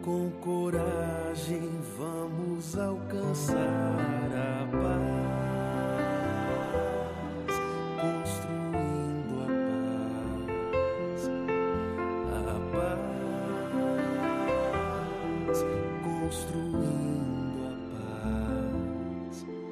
Com coragem vamos alcançar a paz, construindo a paz, construindo a paz.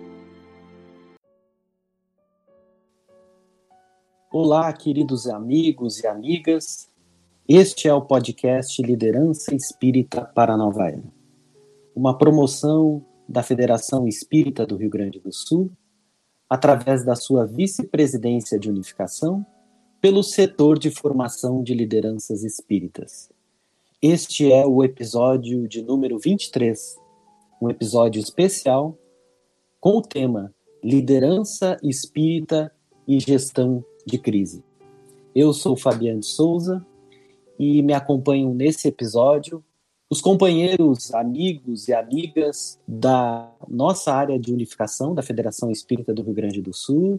Olá, queridos amigos e amigas. Este é o podcast Liderança Espírita para a Nova Era, uma promoção da Federação Espírita do Rio Grande do Sul, através da sua vice-presidência de unificação, pelo setor de formação de lideranças espíritas. Este é o episódio de número 23, um episódio especial com o tema Liderança Espírita e Gestão de Crise. Eu sou Fabiano de Souza, e me acompanham nesse episódio os companheiros, amigos e amigas da nossa área de unificação da Federação Espírita do Rio Grande do Sul,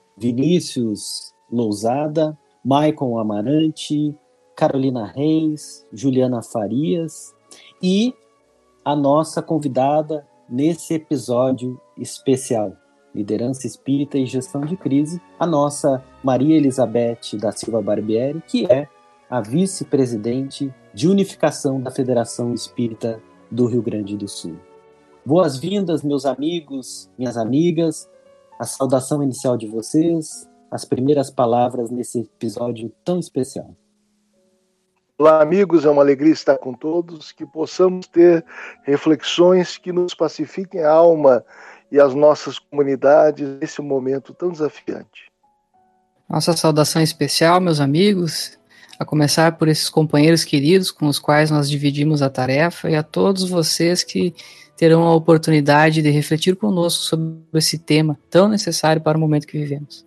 Vinícius Lousada, Maicon Amarante, Carolina Reis, Juliana Farias e a nossa convidada nesse episódio especial, Liderança Espírita e Gestão de Crise, a nossa Maria Elizabeth da Silva Barbieri, que é a vice-presidente de unificação da Federação Espírita do Rio Grande do Sul. Boas-vindas, meus amigos, minhas amigas, a saudação inicial de vocês, as primeiras palavras nesse episódio tão especial. Olá, amigos, é uma alegria estar com todos, que possamos ter reflexões que nos pacifiquem a alma e as nossas comunidades nesse momento tão desafiante. Nossa saudação especial, meus amigos, a começar por esses companheiros queridos com os quais nós dividimos a tarefa e a todos vocês que terão a oportunidade de refletir conosco sobre esse tema tão necessário para o momento que vivemos.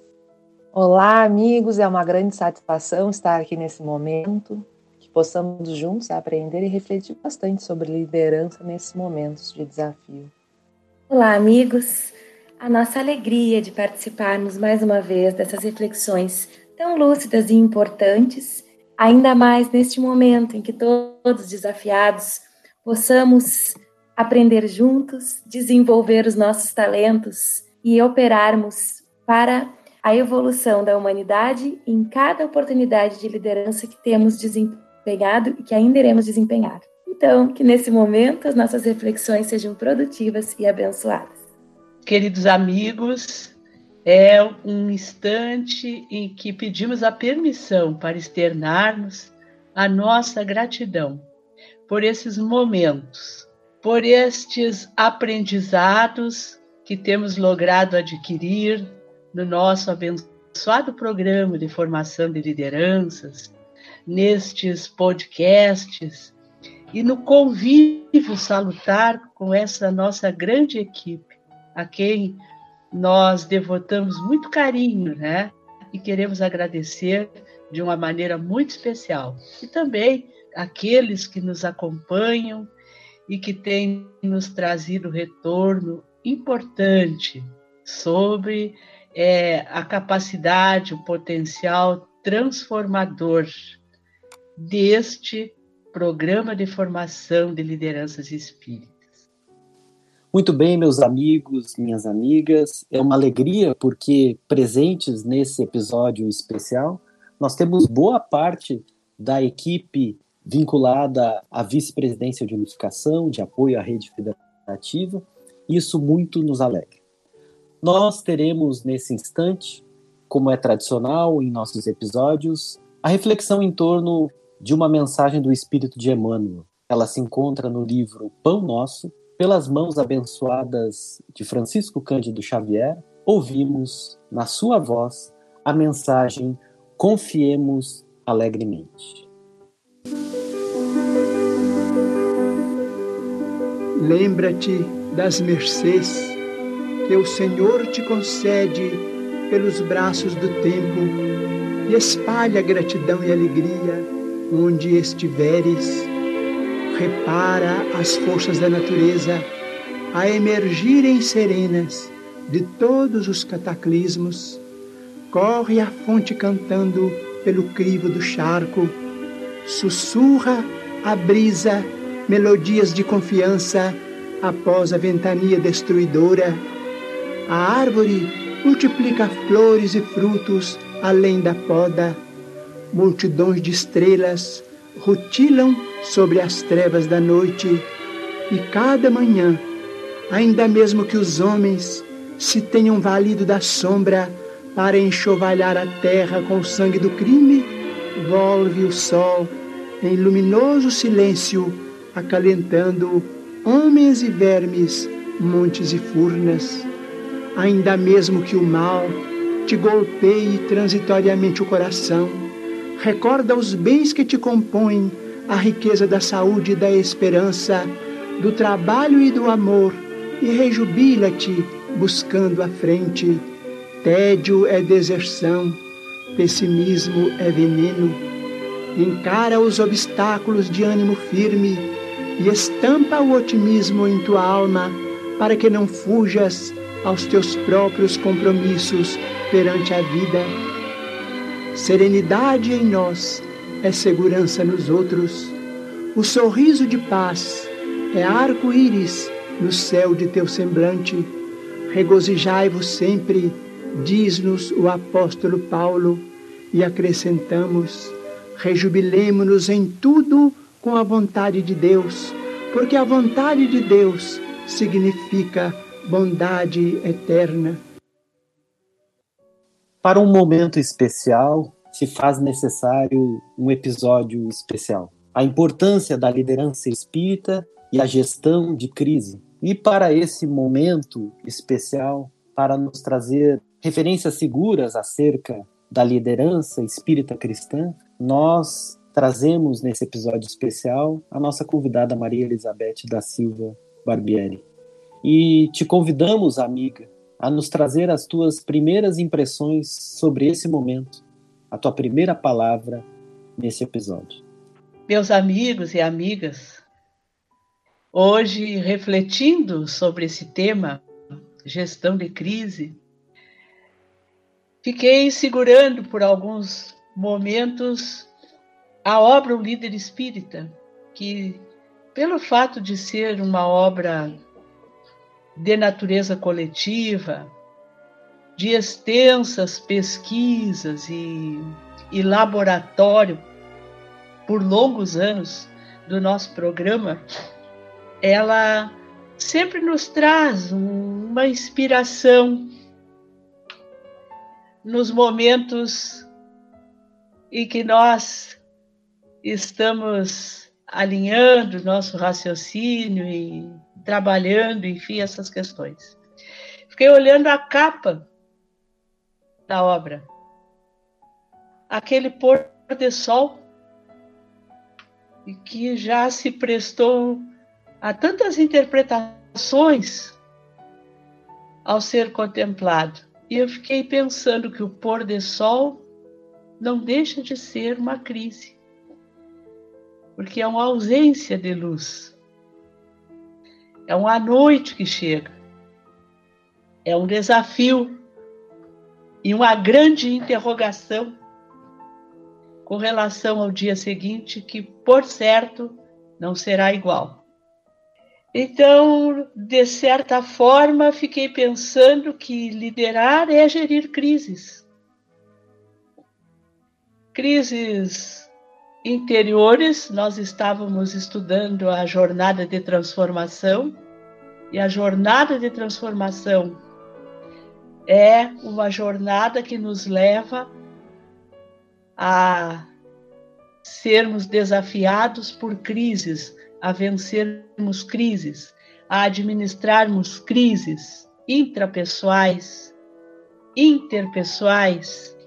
Olá, amigos, é uma grande satisfação estar aqui nesse momento, que possamos juntos aprender e refletir bastante sobre liderança nesses momentos de desafio. Olá, amigos, a nossa alegria de participarmos mais uma vez dessas reflexões tão lúcidas e importantes, ainda mais neste momento em que todos desafiados possamos aprender juntos, desenvolver os nossos talentos e operarmos para a evolução da humanidade em cada oportunidade de liderança que temos desempenhado e que ainda iremos desempenhar. Então, que nesse momento as nossas reflexões sejam produtivas e abençoadas. Queridos amigos, é um instante em que pedimos a permissão para externarmos a nossa gratidão por esses momentos, por estes aprendizados que temos logrado adquirir no nosso abençoado programa de formação de lideranças, nestes podcasts e no convívio salutar com essa nossa grande equipe, a quem nós devotamos muito carinho, né? E queremos agradecer de uma maneira muito especial. E também aqueles que nos acompanham e que têm nos trazido retorno importante sobre a capacidade, o potencial transformador deste programa de formação de lideranças espíritas. Muito bem, meus amigos, minhas amigas, é uma alegria porque presentes nesse episódio especial, nós temos boa parte da equipe vinculada à vice-presidência de unificação, de apoio à rede federativa, e isso muito nos alegra. Nós teremos nesse instante, como é tradicional em nossos episódios, a reflexão em torno de uma mensagem do Espírito de Emmanuel. Ela se encontra no livro Pão Nosso. Pelas mãos abençoadas de Francisco Cândido Xavier, ouvimos, na sua voz, a mensagem Confiemos alegremente. Lembra-te das mercês que o Senhor te concede pelos braços do tempo e espalha gratidão e alegria onde estiveres. Repara as forças da natureza a emergirem serenas de todos os cataclismos. Corre a fonte cantando pelo crivo do charco. Sussurra a brisa melodias de confiança após a ventania destruidora. A árvore multiplica flores e frutos além da poda. Multidões de estrelas rutilam sobre as trevas da noite. E cada manhã, ainda mesmo que os homens se tenham valido da sombra para enxovalhar a terra com o sangue do crime, volve o sol em luminoso silêncio, acalentando homens e vermes, montes e furnas. Ainda mesmo que o mal te golpeie transitoriamente o coração, recorda os bens que te compõem, a riqueza da saúde e da esperança, do trabalho e do amor, e rejubila-te buscando a frente. Tédio é deserção, pessimismo é veneno. Encara os obstáculos de ânimo firme e estampa o otimismo em tua alma, para que não fujas aos teus próprios compromissos perante a vida. Serenidade em nós é segurança nos outros. O sorriso de paz é arco-íris no céu de teu semblante. Regozijai-vos sempre, diz-nos o apóstolo Paulo, e acrescentamos: rejubilemo-nos em tudo com a vontade de Deus, porque a vontade de Deus significa bondade eterna. Para um momento especial, se faz necessário um episódio especial. A importância da liderança espírita e a gestão de crise. E para esse momento especial, para nos trazer referências seguras acerca da liderança espírita cristã, nós trazemos nesse episódio especial a nossa convidada Maria Elizabeth da Silva Barbieri. E te convidamos, amiga, a nos trazer as tuas primeiras impressões sobre esse momento, a tua primeira palavra nesse episódio. Meus amigos e amigas, hoje, refletindo sobre esse tema, gestão de crise, fiquei segurando por alguns momentos a obra O Líder Espírita, que, pelo fato de ser uma obra de natureza coletiva, de extensas pesquisas e laboratório por longos anos do nosso programa, ela sempre nos traz uma inspiração nos momentos em que nós estamos alinhando nosso raciocínio e trabalhando, enfim, essas questões. Fiquei olhando a capa da obra, aquele pôr de sol, e que já se prestou a tantas interpretações ao ser contemplado. E eu fiquei pensando que o pôr de sol não deixa de ser uma crise, porque é uma ausência de luz. É uma noite que chega, é um desafio e uma grande interrogação com relação ao dia seguinte, que, por certo, não será igual. Então, de certa forma, fiquei pensando que liderar é gerir crises. Crises interiores. Nós estávamos estudando a jornada de transformação, e a jornada de transformação é uma jornada que nos leva a sermos desafiados por crises, a vencermos crises, a administrarmos crises intrapessoais, interpessoais.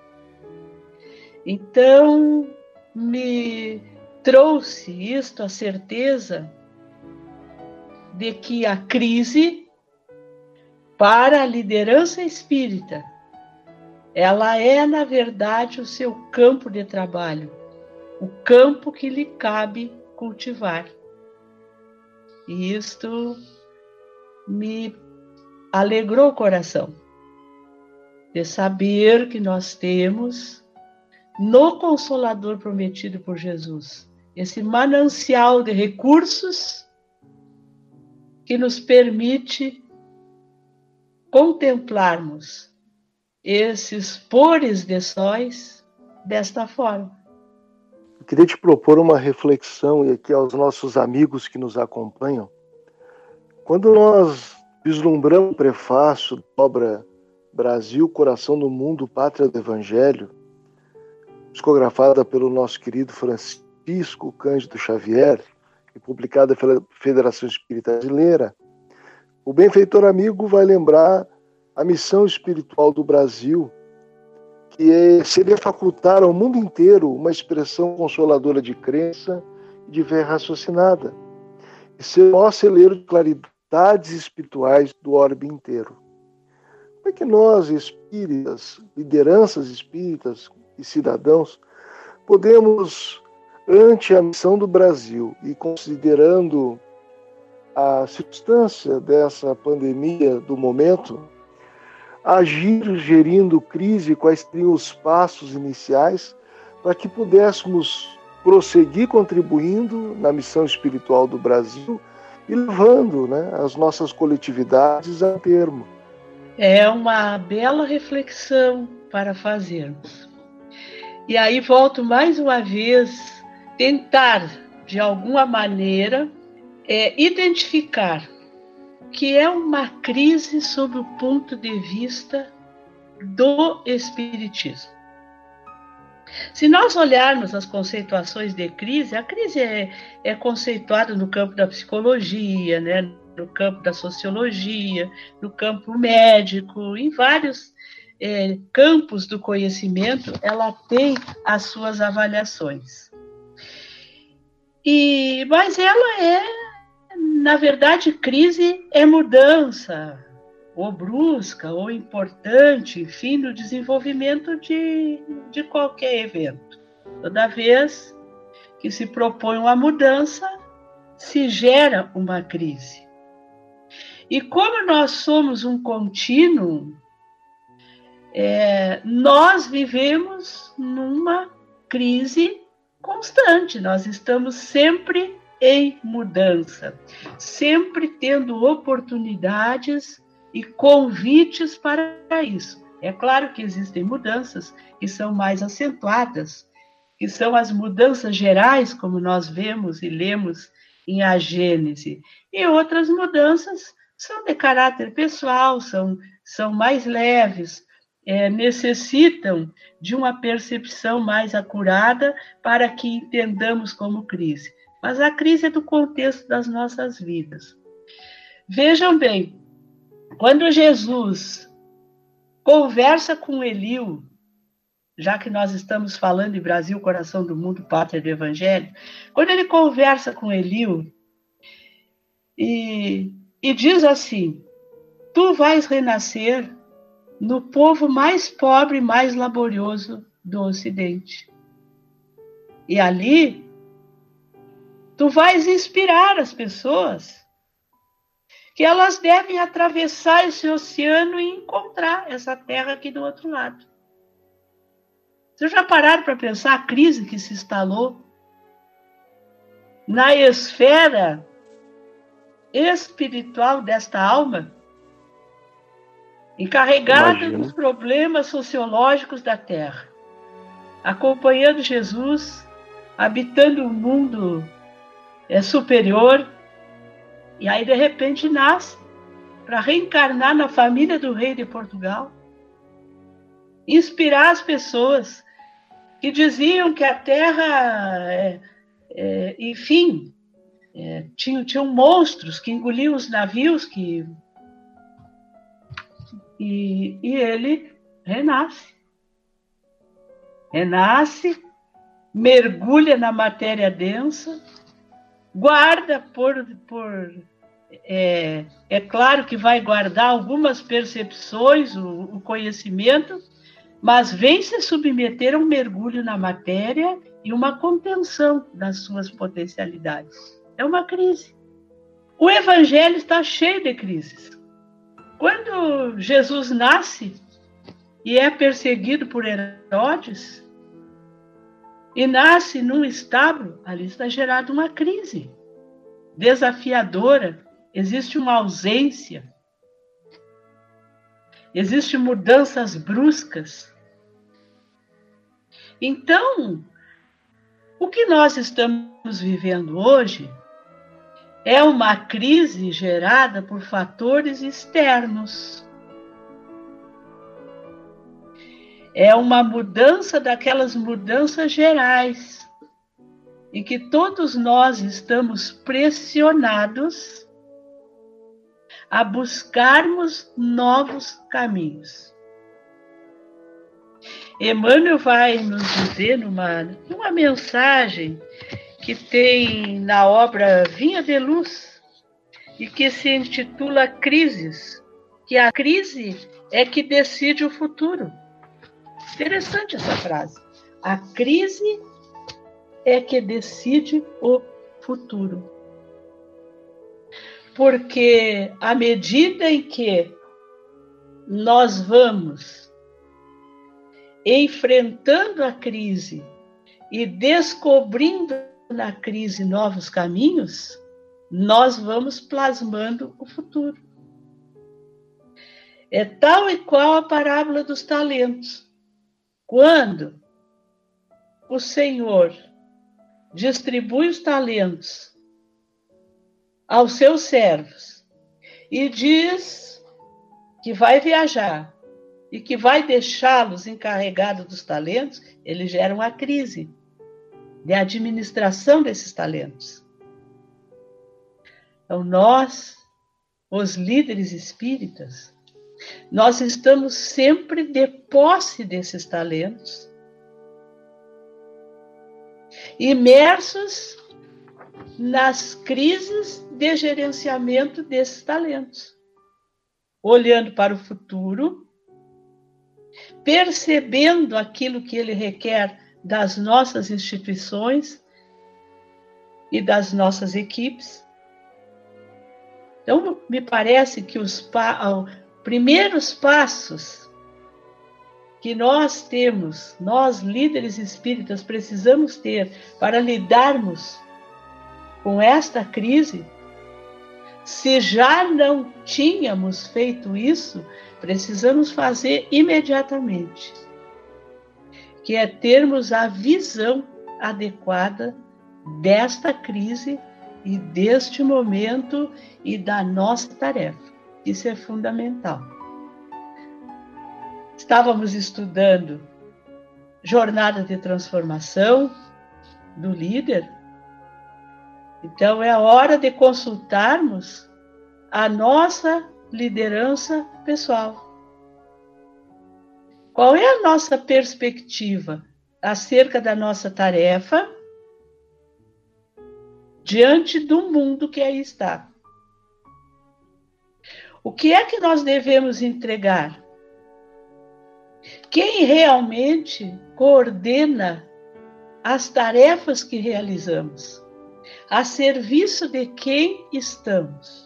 Então, me trouxe isto, a certeza de que a crise, para a liderança espírita, ela é, na verdade, o seu campo de trabalho, o campo que lhe cabe cultivar. E isto me alegrou o coração, de saber que nós temos no Consolador prometido por Jesus esse manancial de recursos que nos permite contemplarmos esses pores de sóis desta forma. Eu queria te propor uma reflexão, e aqui aos nossos amigos que nos acompanham. Quando nós vislumbramos o prefácio da obra Brasil, Coração do Mundo, Pátria do Evangelho, psicografada pelo nosso querido Francisco Cândido Xavier e publicada pela Federação Espírita Brasileira, o benfeitor amigo vai lembrar a missão espiritual do Brasil, que seria facultar ao mundo inteiro uma expressão consoladora de crença e de fé raciocinada, e ser o maior celeiro de claridades espirituais do orbe inteiro. Como é que nós, espíritas, lideranças espíritas e cidadãos, podemos, ante a missão do Brasil e considerando a circunstância dessa pandemia do momento, agir gerindo crise, quais seriam os passos iniciais para que pudéssemos prosseguir contribuindo na missão espiritual do Brasil e levando, né, as nossas coletividades a termo? É uma bela reflexão para fazermos. E aí volto mais uma vez tentar, de alguma maneira, identificar que é uma crise sob o ponto de vista do Espiritismo. Se nós olharmos as conceituações de crise, a crise é conceituada no campo da psicologia, né, no campo da sociologia, no campo médico, em vários campos do conhecimento, ela tem as suas avaliações. Mas ela na verdade, crise é mudança, ou brusca, ou importante, enfim, no desenvolvimento de qualquer evento. Toda vez que se propõe uma mudança, se gera uma crise. E como nós somos um contínuo, nós vivemos numa crise constante, nós estamos sempre em mudança, sempre tendo oportunidades e convites para isso. É claro que existem mudanças que são mais acentuadas, que são as mudanças gerais, como nós vemos e lemos em A Gênese, e outras mudanças são de caráter pessoal, são mais leves, necessitam de uma percepção mais acurada para que entendamos como crise. Mas a crise é do contexto das nossas vidas. Vejam bem, quando Jesus conversa com Eliú, já que nós estamos falando de Brasil, Coração do Mundo, Pátria do Evangelho, quando ele conversa com Eliú e diz assim: tu vais renascer no povo mais pobre e mais laborioso do Ocidente. E ali tu vais inspirar as pessoas que elas devem atravessar esse oceano e encontrar essa terra aqui do outro lado. Vocês já pararam para pensar a crise que se instalou na esfera espiritual desta alma, encarregada dos problemas sociológicos da Terra, acompanhando Jesus, habitando um mundo superior, e aí de repente nasce para reencarnar na família do rei de Portugal, inspirar as pessoas que diziam que a Terra, enfim, tinham monstros que engoliam os navios, e ele renasce, mergulha na matéria densa, guarda é claro que vai guardar algumas percepções, o conhecimento, mas vem se submeter a um mergulho na matéria e uma contenção das suas potencialidades. É uma crise. O Evangelho está cheio de crises. Quando Jesus nasce e é perseguido por Herodes, e nasce num estábulo, ali está gerada uma crise desafiadora, existe uma ausência, existem mudanças bruscas. Então, o que nós estamos vivendo hoje é uma crise gerada por fatores externos. É uma mudança daquelas mudanças gerais, em que todos nós estamos pressionados a buscarmos novos caminhos. Emmanuel vai nos dizer numa mensagem que tem na obra Vinha de Luz e que se intitula Crises, que a crise é que decide o futuro. Interessante essa frase. A crise é que decide o futuro. Porque à medida em que nós vamos enfrentando a crise e descobrindo na crise novos caminhos, nós vamos plasmando o futuro. É tal e qual a parábola dos talentos. Quando o Senhor distribui os talentos aos seus servos e diz que vai viajar e que vai deixá-los encarregados dos talentos, ele gera uma crise de administração desses talentos. Então, nós, os líderes espíritas, nós estamos sempre de posse desses talentos, imersos nas crises de gerenciamento desses talentos, olhando para o futuro, percebendo aquilo que ele requer das nossas instituições e das nossas equipes. Então, me parece que os primeiros passos que nós temos, nós líderes espíritas precisamos ter para lidarmos com esta crise, se já não tínhamos feito isso, precisamos fazer imediatamente, que é termos a visão adequada desta crise e deste momento e da nossa tarefa. Isso é fundamental. Estávamos estudando Jornada de Transformação do Líder. Então, é a hora de consultarmos a nossa liderança pessoal. Qual é a nossa perspectiva acerca da nossa tarefa diante do mundo que aí está? O que é que nós devemos entregar? Quem realmente coordena as tarefas que realizamos? A serviço de quem estamos?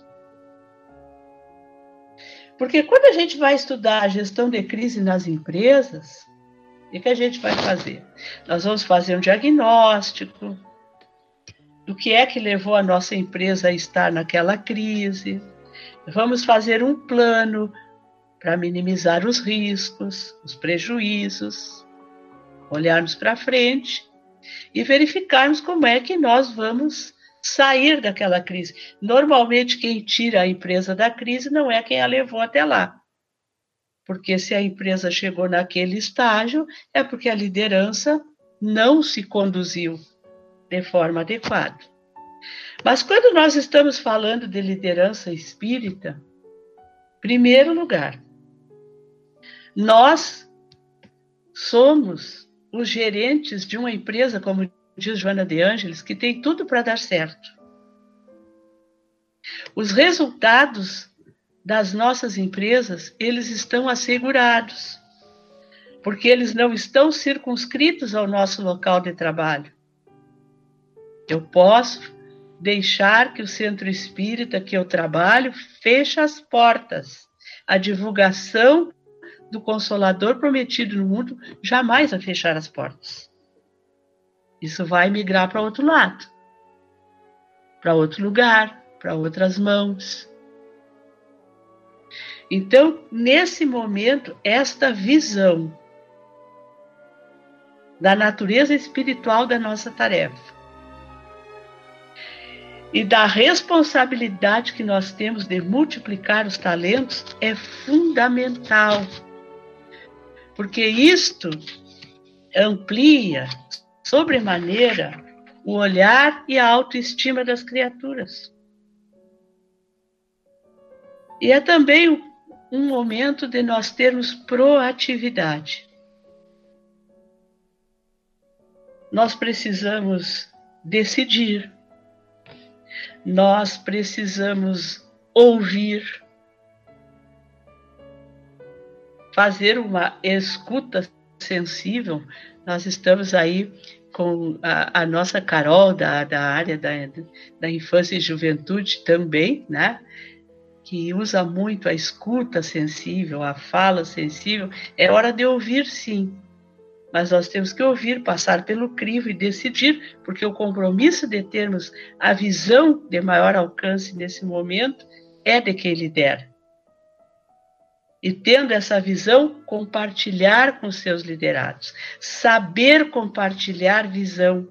Porque quando a gente vai estudar a gestão de crise nas empresas, o que a gente vai fazer? Nós vamos fazer um diagnóstico do que é que levou a nossa empresa a estar naquela crise. Vamos fazer um plano para minimizar os riscos, os prejuízos, olharmos para frente e verificarmos como é que nós vamos sair daquela crise. Normalmente, quem tira a empresa da crise não é quem a levou até lá. Porque se a empresa chegou naquele estágio, é porque a liderança não se conduziu de forma adequada. Mas quando nós estamos falando de liderança espírita, em primeiro lugar, nós somos os gerentes de uma empresa, como diz Joana de Ângeles, que tem tudo para dar certo. Os resultados das nossas empresas, eles estão assegurados, porque eles não estão circunscritos ao nosso local de trabalho. Eu posso deixar que o centro espírita que eu trabalho feche as portas. A divulgação do Consolador prometido no mundo jamais vai fechar as portas. isso vai migrar para outro lado, para outro lugar, para outras mãos. Então, nesse momento, esta visão da natureza espiritual da nossa tarefa e da responsabilidade que nós temos de multiplicar os talentos é fundamental, porque isto amplia sobremaneira o olhar e a autoestima das criaturas. E é também um momento de nós termos proatividade. Nós precisamos decidir, nós precisamos ouvir, fazer uma escuta sensível. Nós estamos aí com a nossa Carol, da área da infância e juventude também, né? Que usa muito a escuta sensível, a fala sensível. É hora de ouvir, sim. Mas nós temos que ouvir, passar pelo crivo e decidir, porque o compromisso de termos a visão de maior alcance nesse momento é de quem lidera. E tendo essa visão, compartilhar com seus liderados. Saber compartilhar visão.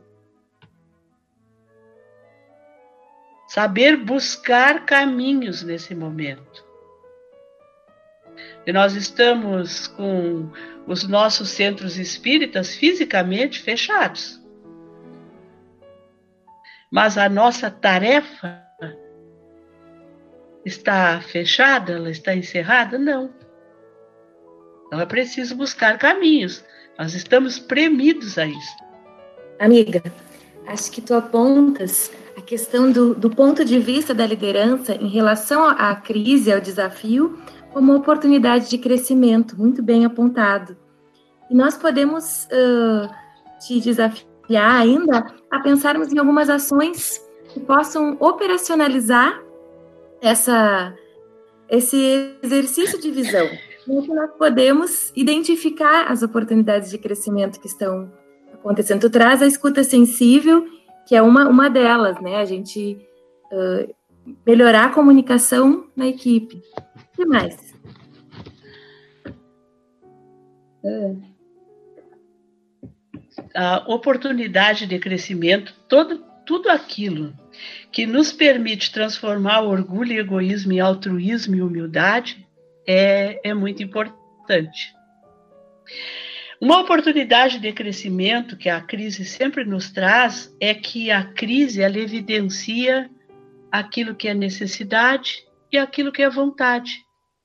Saber buscar caminhos nesse momento. E nós estamos com os nossos centros espíritas fisicamente fechados. Mas a nossa tarefa está fechada? Ela está encerrada? Não. Então é preciso buscar caminhos. Nós estamos premidos a isso. Amiga, acho que tu apontas a questão do ponto de vista da liderança em relação à crise, ao desafio, como uma oportunidade de crescimento, muito bem apontado. E nós podemos te desafiar ainda a pensarmos em algumas ações que possam operacionalizar esse exercício de visão, em que nós podemos identificar as oportunidades de crescimento que estão acontecendo. Tu traz a escuta sensível, que é uma delas, né? A gente melhorar a comunicação na equipe. O que mais? A oportunidade de crescimento, tudo aquilo que nos permite transformar o orgulho e egoísmo em altruísmo e humildade é muito importante. Uma oportunidade de crescimento que a crise sempre nos traz é que a crise ela evidencia aquilo que é necessidade e aquilo que é vontade.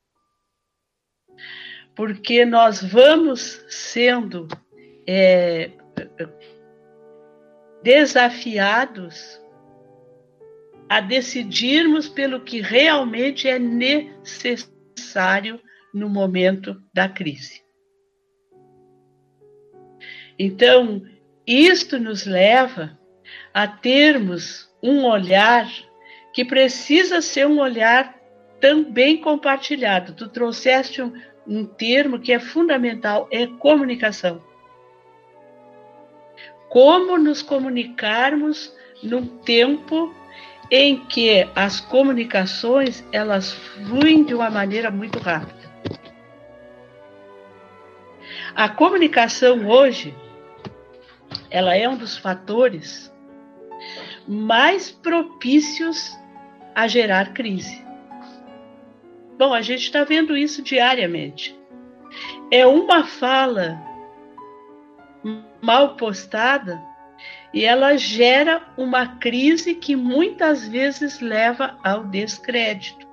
Porque nós vamos sendo desafiados a decidirmos pelo que realmente é necessário no momento da crise. Então, isto nos leva a termos um olhar que precisa ser um olhar também compartilhado. Tu trouxeste um termo que é fundamental, é comunicação. Como nos comunicarmos num tempo em que as comunicações elas fluem de uma maneira muito rápida. A comunicação hoje, ela é um dos fatores mais propícios a gerar crise. Bom, a gente está vendo isso diariamente. É uma fala mal postada e ela gera uma crise que muitas vezes leva ao descrédito.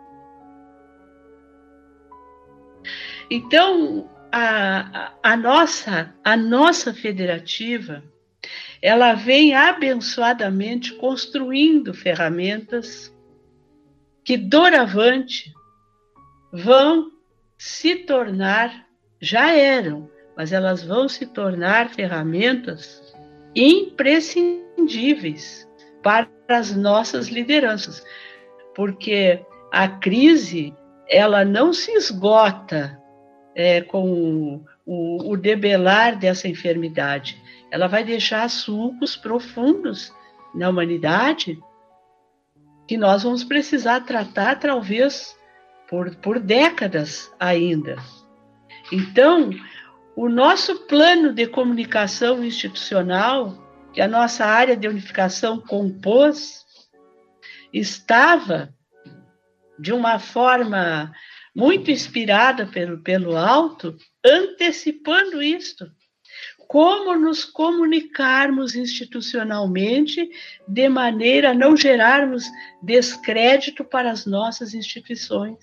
Então, a nossa federativa, ela vem abençoadamente construindo ferramentas que doravante vão se tornar, já eram, mas elas vão se tornar ferramentas imprescindíveis para as nossas lideranças, porque a crise ela não se esgota com o debelar dessa enfermidade. ela vai deixar sulcos profundos na humanidade que nós vamos precisar tratar, talvez, por décadas ainda. Então, o nosso plano de comunicação institucional, que a nossa área de unificação compôs, estava, de uma forma muito inspirada pelo alto, antecipando isto. Como nos comunicarmos institucionalmente de maneira a não gerarmos descrédito para as nossas instituições.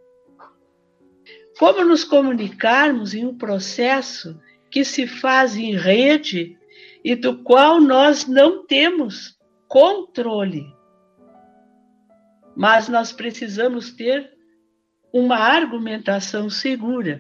Como nos comunicarmos em um processo que se faz em rede e do qual nós não temos controle. Mas nós precisamos ter uma argumentação segura.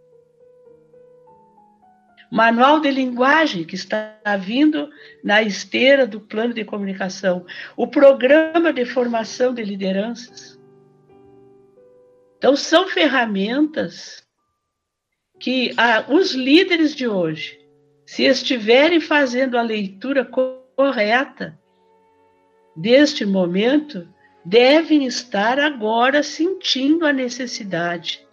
Manual de linguagem que está vindo na esteira do plano de comunicação, o programa de formação de lideranças. Então, são ferramentas que os líderes de hoje, se estiverem fazendo a leitura correta deste momento, devem estar agora sentindo a necessidade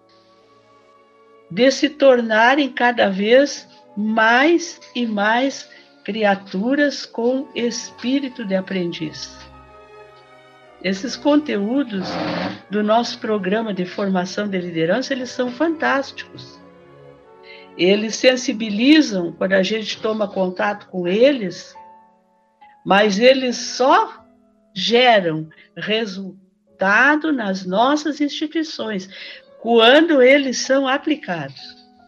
de se tornarem cada vez mais e mais criaturas com espírito de aprendiz. Esses conteúdos do nosso programa de formação de liderança, eles são fantásticos. Eles sensibilizam quando a gente toma contato com eles, mas eles só geram resultado nas nossas instituições quando eles são aplicados.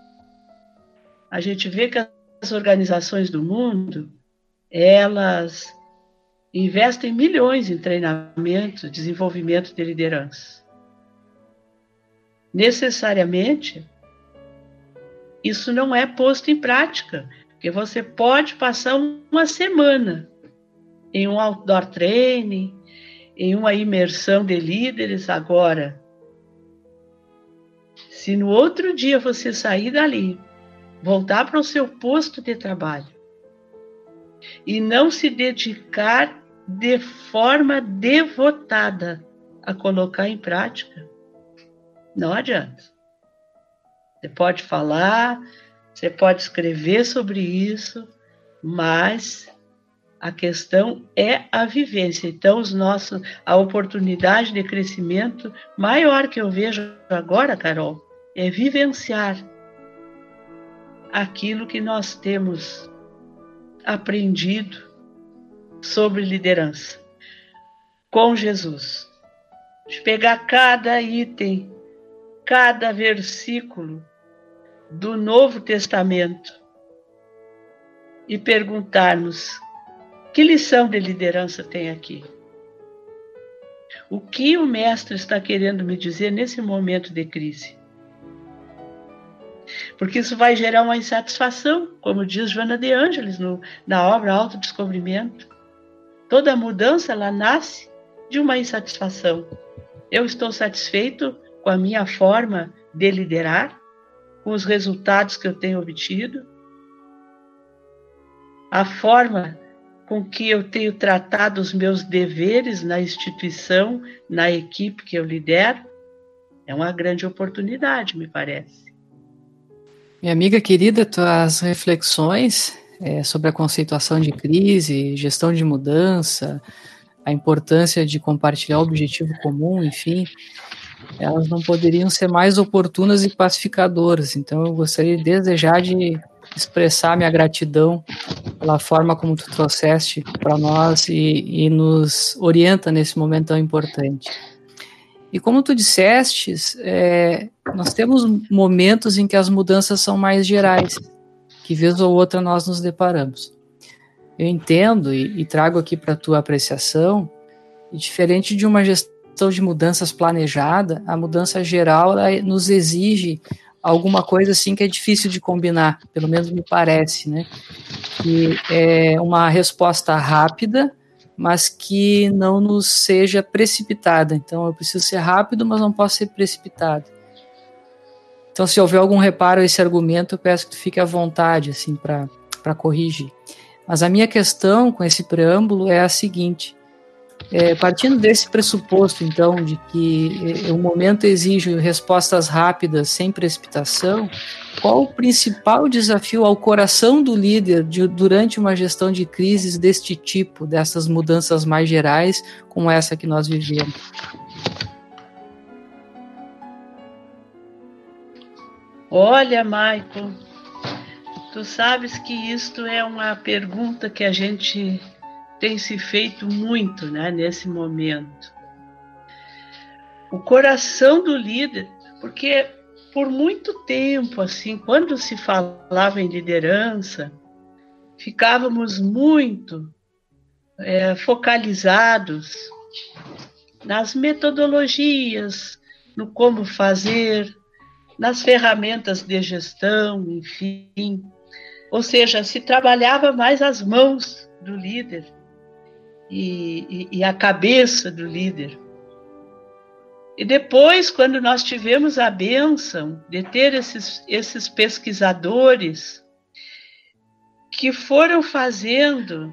A gente vê que as organizações do mundo, elas investem milhões em treinamento, desenvolvimento de liderança. Necessariamente, isso não é posto em prática, porque você pode passar uma semana em um outdoor training, em uma imersão de líderes agora. Se no outro dia você sair dali, voltar para o seu posto de trabalho e não se dedicar de forma devotada a colocar em prática, não adianta. Você pode falar, você pode escrever sobre isso, mas a questão é a vivência. Então, a oportunidade de crescimento maior que eu vejo agora, Carol, é vivenciar aquilo que nós temos aprendido sobre liderança com Jesus. De pegar cada item, cada versículo do Novo Testamento e perguntar-nos: que lição de liderança tem aqui? O que o mestre está querendo me dizer nesse momento de crise? Porque isso vai gerar uma insatisfação, como diz Joana de Ângeles na obra Autodescobrimento. Toda mudança, ela nasce de uma insatisfação. Eu estou satisfeito com a minha forma de liderar, com os resultados que eu tenho obtido, a forma com que eu tenho tratado os meus deveres na instituição, na equipe que eu lidero, é uma grande oportunidade, me parece. Minha amiga querida, tuas reflexões sobre a conceituação de crise, gestão de mudança, a importância de compartilhar o objetivo comum, enfim, elas não poderiam ser mais oportunas e pacificadoras. Então eu gostaria desde já de expressar minha gratidão pela forma como tu trouxeste para nós e nos orienta nesse momento tão importante. E como tu disseste, nós temos momentos em que as mudanças são mais gerais, que vez ou outra nós nos deparamos. Eu entendo e trago aqui para a tua apreciação, e diferente de uma gestão de mudanças planejada, a mudança geral nos exige alguma coisa assim que é difícil de combinar, pelo menos me parece, né? Que é uma resposta rápida, mas que não nos seja precipitada. Então, eu preciso ser rápido, mas não posso ser precipitado. Então, se houver algum reparo a esse argumento, eu peço que tu fique à vontade, assim, para para corrigir. Mas a minha questão com esse preâmbulo é a seguinte: partindo desse pressuposto, então, de que o momento exige respostas rápidas, sem precipitação, qual o principal desafio ao coração do líder durante uma gestão de crises deste tipo, dessas mudanças mais gerais, como essa que nós vivemos? Olha, Michael, tu sabes que isto é uma pergunta que a gente tem se feito muito, né, nesse momento. O coração do líder, porque por muito tempo, assim, quando se falava em liderança, ficávamos muito focalizados nas metodologias, no como fazer, nas ferramentas de gestão, enfim. Ou seja, se trabalhava mais as mãos do líder e a cabeça do líder. E depois, quando nós tivemos a bênção de ter esses pesquisadores que foram fazendo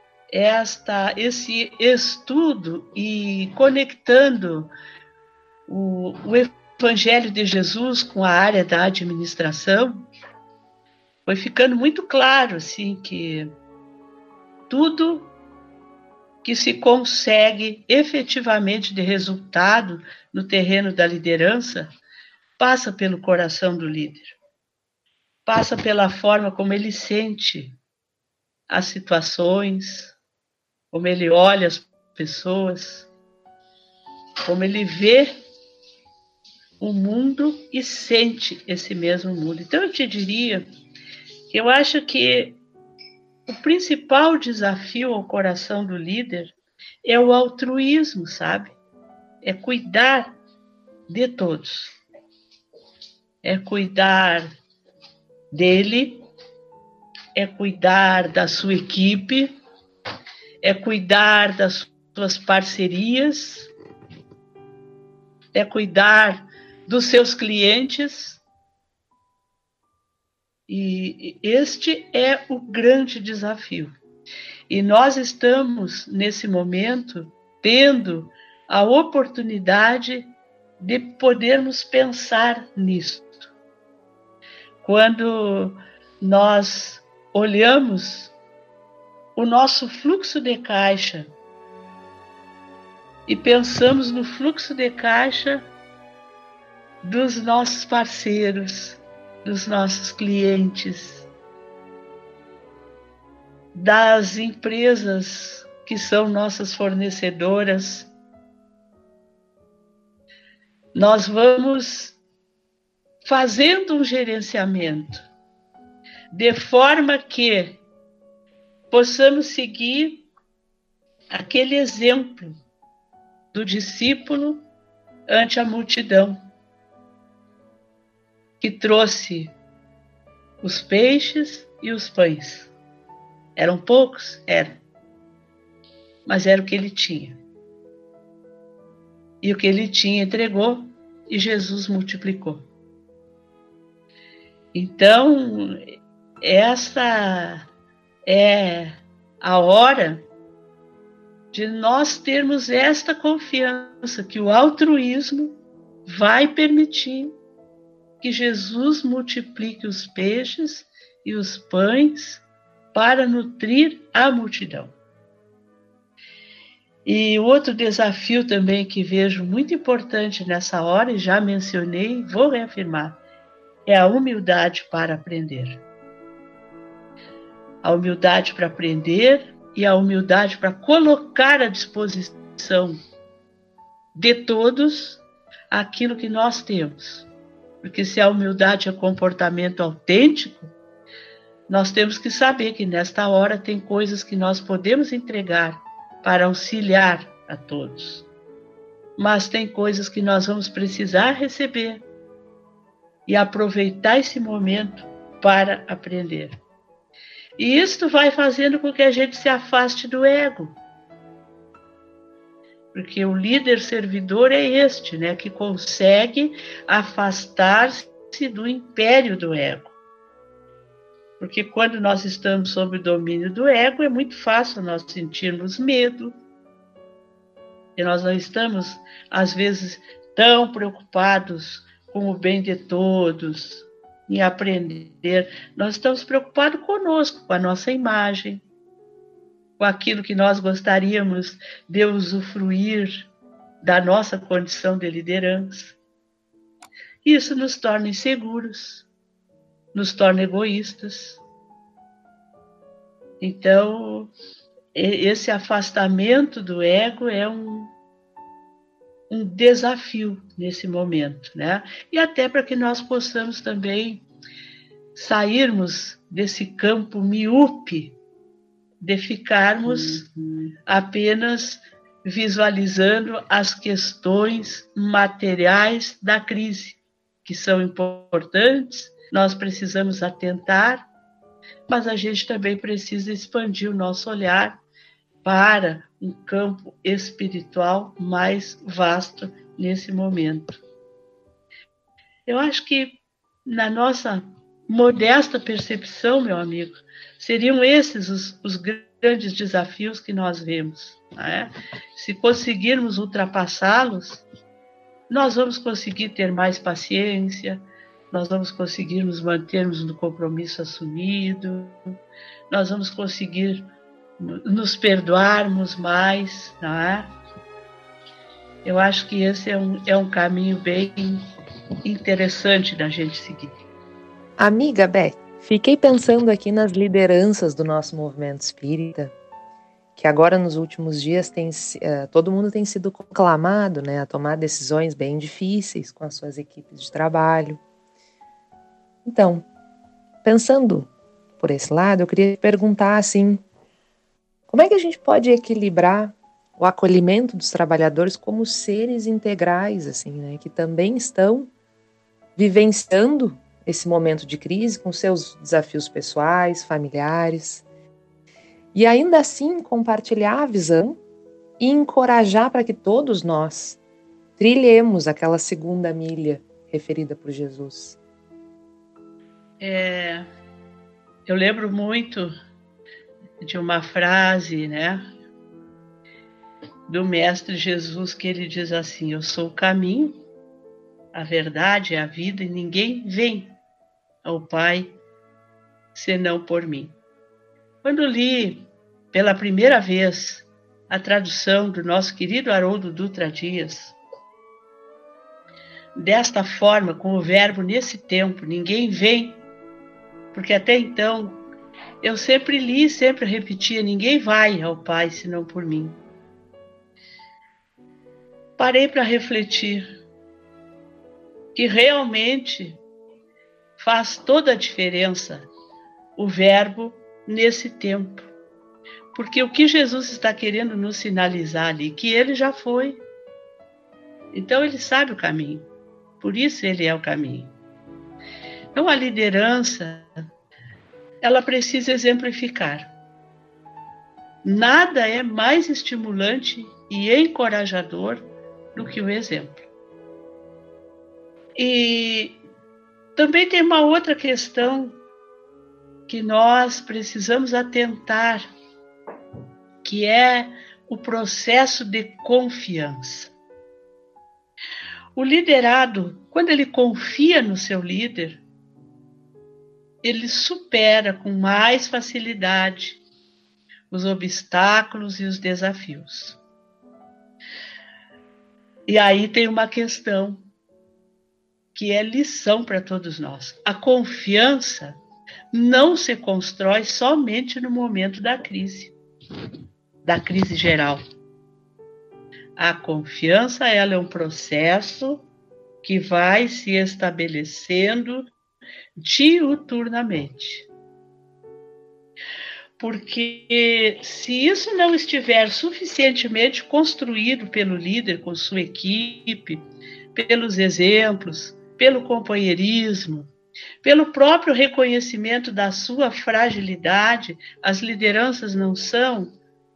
esse estudo e conectando o Evangelho de Jesus com a área da administração, foi ficando muito claro assim, que tudo que se consegue efetivamente de resultado no terreno da liderança passa pelo coração do líder, passa pela forma como ele sente as situações, como ele olha as pessoas, como ele vê o mundo e sente esse mesmo mundo. Então eu te diria que eu acho que o principal desafio ao coração do líder é o altruísmo, sabe? É cuidar de todos. É cuidar dele, é cuidar da sua equipe, é cuidar das suas parcerias, é cuidar dos seus clientes. E este é o grande desafio. E nós estamos, nesse momento, tendo a oportunidade de podermos pensar nisso. Quando nós olhamos o nosso fluxo de caixa e pensamos no fluxo de caixa dos nossos parceiros, dos nossos clientes, das empresas que são nossas fornecedoras, nós vamos fazendo um gerenciamento de forma que possamos seguir aquele exemplo do discípulo ante a multidão, que trouxe os peixes e os pães. Eram poucos? Eram. Mas era o que ele tinha. E o que ele tinha entregou e Jesus multiplicou. Então, essa é a hora de nós termos esta confiança que o altruísmo vai permitir que Jesus multiplique os peixes e os pães para nutrir a multidão. E outro desafio também que vejo muito importante nessa hora, e já mencionei, vou reafirmar, é a humildade para aprender. A humildade para aprender e a humildade para colocar à disposição de todos aquilo que nós temos. Porque se a humildade é comportamento autêntico, nós temos que saber que nesta hora tem coisas que nós podemos entregar para auxiliar a todos. Mas tem coisas que nós vamos precisar receber e aproveitar esse momento para aprender. E isto vai fazendo com que a gente se afaste do ego. Porque o líder servidor é este, né, que consegue afastar-se do império do ego. Porque quando nós estamos sob o domínio do ego, é muito fácil nós sentirmos medo. E nós não estamos, às vezes, tão preocupados com o bem de todos, em aprender. Nós estamos preocupados conosco, com a nossa imagem, com aquilo que nós gostaríamos de usufruir da nossa condição de liderança. Isso nos torna inseguros, nos torna egoístas. Então, esse afastamento do ego é um desafio nesse momento, né? E até para que nós possamos também sairmos desse campo míope de ficarmos apenas visualizando as questões materiais da crise, que são importantes, nós precisamos atentar, mas a gente também precisa expandir o nosso olhar para um campo espiritual mais vasto nesse momento. Eu acho que, na nossa modesta percepção, meu amigo, seriam esses os grandes desafios que nós vemos, né? Se conseguirmos ultrapassá-los, nós vamos conseguir ter mais paciência, nós vamos conseguir nos mantermos no compromisso assumido, nós vamos conseguir nos perdoarmos mais, não é? Eu acho que esse é um caminho bem interessante da gente seguir. Amiga Beth, fiquei pensando aqui nas lideranças do nosso movimento espírita, que agora nos últimos dias todo mundo tem sido conclamado, né, a tomar decisões bem difíceis com as suas equipes de trabalho. Então, pensando por esse lado, eu queria perguntar assim, como é que a gente pode equilibrar o acolhimento dos trabalhadores como seres integrais, assim, né, que também estão vivenciando esse momento de crise com seus desafios pessoais, familiares, e ainda assim compartilhar a visão e encorajar para que todos nós trilhemos aquela segunda milha referida por Jesus? Eu lembro muito de uma frase, né, do Mestre Jesus, que ele diz assim: eu sou o caminho, a verdade e a vida, e ninguém vem ao Pai senão por mim. Quando li pela primeira vez a tradução do nosso querido Haroldo Dutra Dias, desta forma, com o verbo nesse tempo, ninguém vem, porque até então eu sempre li, sempre repetia, ninguém vai ao Pai senão por mim. Parei para refletir que realmente faz toda a diferença o verbo nesse tempo. Porque o que Jesus está querendo nos sinalizar ali, que ele já foi. Então ele sabe o caminho. Por isso ele é o caminho. Então a liderança, ela precisa exemplificar. Nada é mais estimulante e encorajador do que o exemplo. E também tem uma outra questão que nós precisamos atentar, que é o processo de confiança. O liderado, quando ele confia no seu líder, ele supera com mais facilidade os obstáculos e os desafios. E aí tem uma questão que é lição para todos nós. A confiança não se constrói somente no momento da crise geral. A confiança, ela é um processo que vai se estabelecendo diuturnamente. Porque se isso não estiver suficientemente construído pelo líder com sua equipe, pelos exemplos, pelo companheirismo, pelo próprio reconhecimento da sua fragilidade, as lideranças não são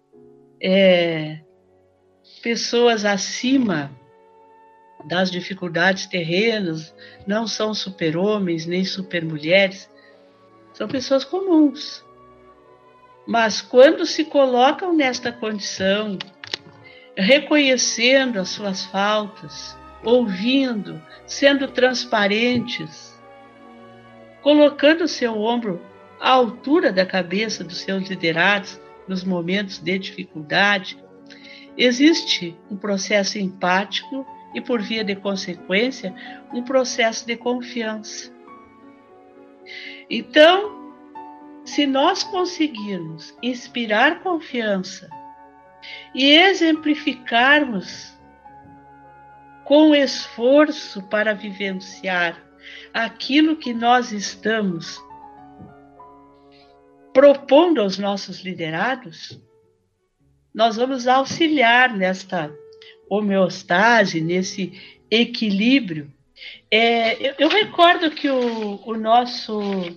pessoas acima das dificuldades terrenas, não são super-homens nem super-mulheres, São pessoas comuns. Mas quando se colocam nesta condição, reconhecendo as suas faltas, ouvindo, sendo transparentes, colocando o seu ombro à altura da cabeça dos seus liderados nos momentos de dificuldade, existe um processo empático e, por via de consequência, um processo de confiança. Então, se nós conseguirmos inspirar confiança e exemplificarmos com esforço para vivenciar aquilo que nós estamos propondo aos nossos liderados, nós vamos auxiliar nesta homeostase, nesse equilíbrio. Eu recordo que o nosso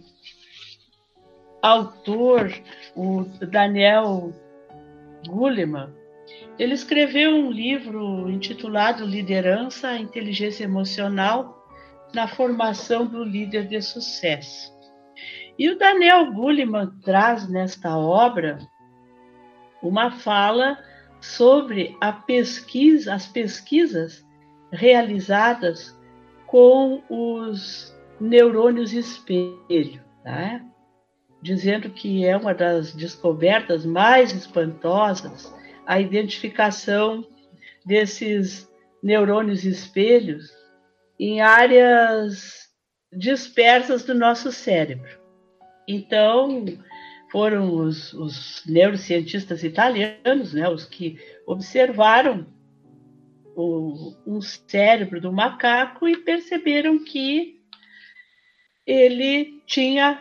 autor, o Daniel Goleman, ele escreveu um livro intitulado Liderança, a Inteligência Emocional na Formação do Líder de Sucesso. E o Daniel Goleman traz nesta obra uma fala sobre as pesquisas realizadas com os neurônios espelho, tá? Dizendo que é uma das descobertas mais espantosas a identificação desses neurônios espelhos em áreas dispersas do nosso cérebro. Então, foram os neurocientistas italianos, né, os que observaram um cérebro do macaco e perceberam que ele tinha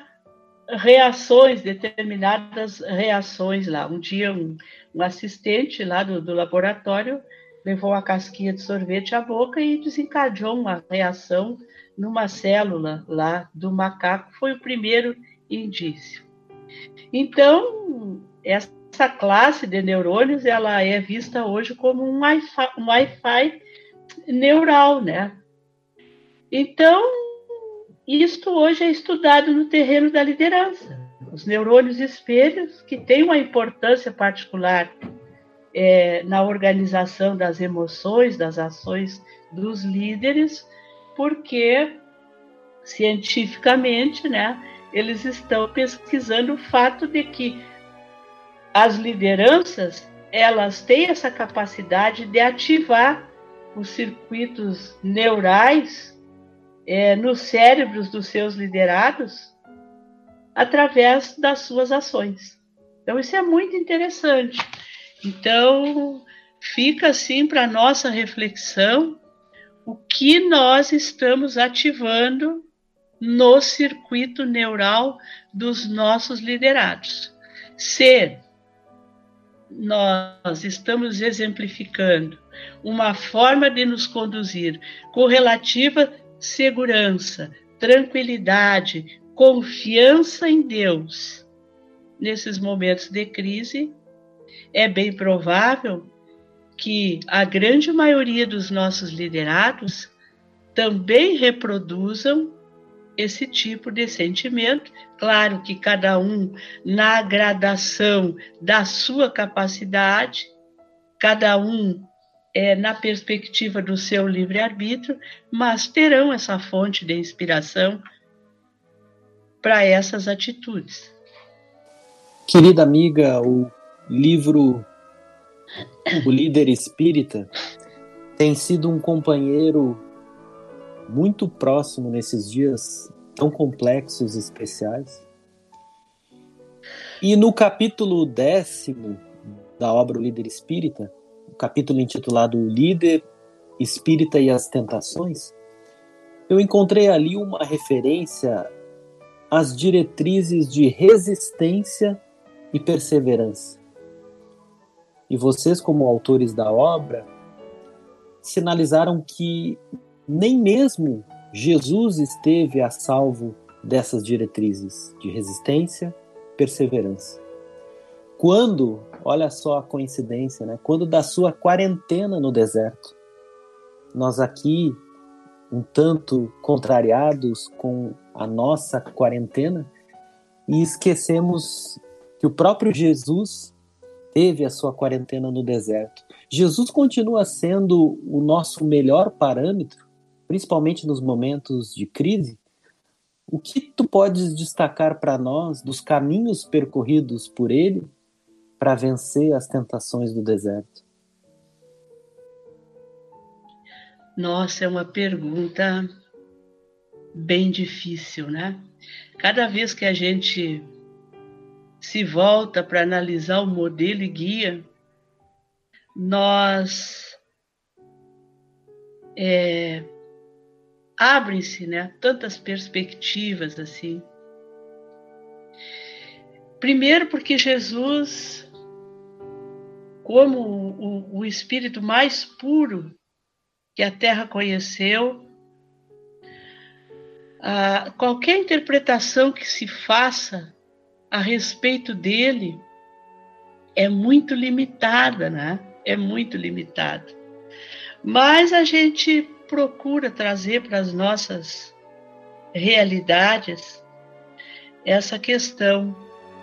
determinadas reações lá. Um dia, um assistente lá do laboratório levou a casquinha de sorvete à boca e desencadeou uma reação numa célula lá do macaco. Foi o primeiro indício. Então, essa classe de neurônios, ela é vista hoje como um Wi-Fi neural, né? Então, isto hoje é estudado no terreno da liderança. Os neurônios espelhos, que têm uma importância particular na organização das emoções, das ações dos líderes, porque, cientificamente, né, eles estão pesquisando o fato de que as lideranças, elas têm essa capacidade de ativar os circuitos neurais nos cérebros dos seus liderados através das suas ações. Então, isso é muito interessante. Então, fica assim para a nossa reflexão o que nós estamos ativando no circuito neural dos nossos liderados. Se nós estamos exemplificando uma forma de nos conduzir com relativa segurança, tranquilidade, confiança em Deus nesses momentos de crise, é bem provável que a grande maioria dos nossos liderados também reproduzam esse tipo de sentimento. Claro que cada um na gradação da sua capacidade, cada um na perspectiva do seu livre-arbítrio, mas terão essa fonte de inspiração para essas atitudes. Querida amiga, o livro O Líder Espírita tem sido um companheiro muito próximo nesses dias tão complexos e especiais. E no capítulo 10º da obra O Líder Espírita, o capítulo intitulado O Líder Espírita e as Tentações, eu encontrei ali uma referência às diretrizes de resistência e perseverança. E vocês, como autores da obra, sinalizaram que nem mesmo Jesus esteve a salvo dessas diretrizes de resistência e perseverança. Quando, olha só a coincidência, né? Quando da sua quarentena no deserto, nós aqui, um tanto contrariados com a nossa quarentena, e esquecemos que o próprio Jesus teve a sua quarentena no deserto. Jesus continua sendo o nosso melhor parâmetro, principalmente nos momentos de crise. O que tu podes destacar para nós dos caminhos percorridos por ele para vencer as tentações do deserto? Nossa, é uma pergunta bem difícil, né? Cada vez que a gente se volta para analisar o modelo e guia, nós abrem-se, né, tantas perspectivas assim. Primeiro porque Jesus, como o espírito mais puro que a Terra conheceu, qualquer interpretação que se faça a respeito dele é muito limitada, né? É muito limitada. Mas a gente procura trazer para as nossas realidades essa questão.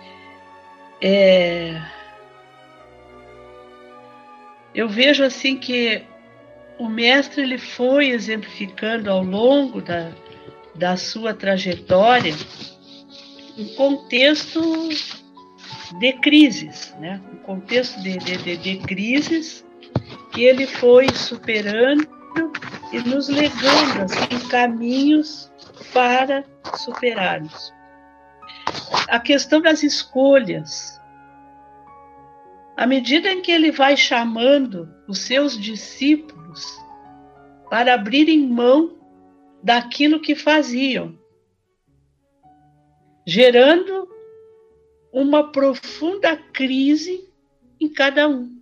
Eu vejo assim que o mestre ele foi exemplificando ao longo da sua trajetória um contexto de crises, né? Um contexto de crises que ele foi superando e nos legando assim, caminhos para superarmos. A questão das escolhas. À medida em que ele vai chamando os seus discípulos para abrirem mão daquilo que faziam, gerando uma profunda crise em cada um.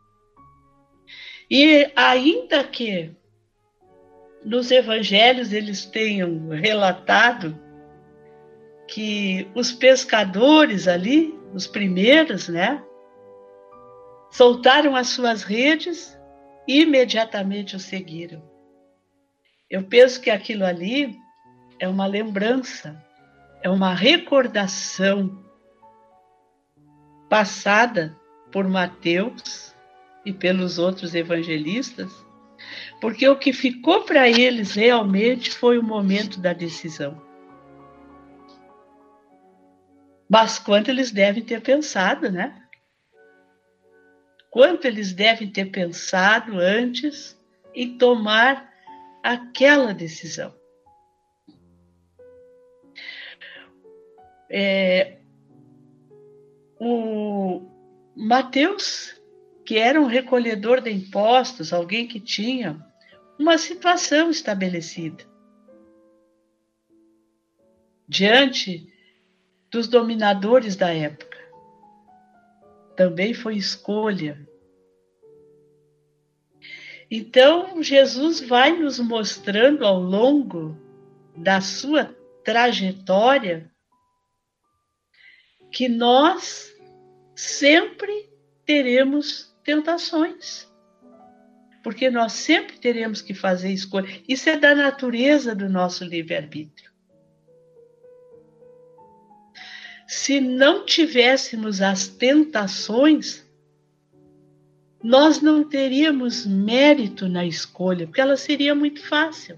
E ainda que nos evangelhos eles tenham relatado que os pescadores ali, os primeiros, né, soltaram as suas redes e imediatamente o seguiram. Eu penso que aquilo ali é uma lembrança, é uma recordação passada por Mateus e pelos outros evangelistas, porque o que ficou para eles realmente foi o momento da decisão. Mas quanto eles devem ter pensado, né? Quanto eles devem ter pensado antes em tomar aquela decisão. O Mateus, que era um recolhedor de impostos, alguém que tinha uma situação estabelecida, diante dos dominadores da época, também foi escolha. Então, Jesus vai nos mostrando ao longo da sua trajetória que nós sempre teremos tentações, porque nós sempre teremos que fazer escolha. Isso é da natureza do nosso livre-arbítrio. Se não tivéssemos as tentações, nós não teríamos mérito na escolha, porque ela seria muito fácil.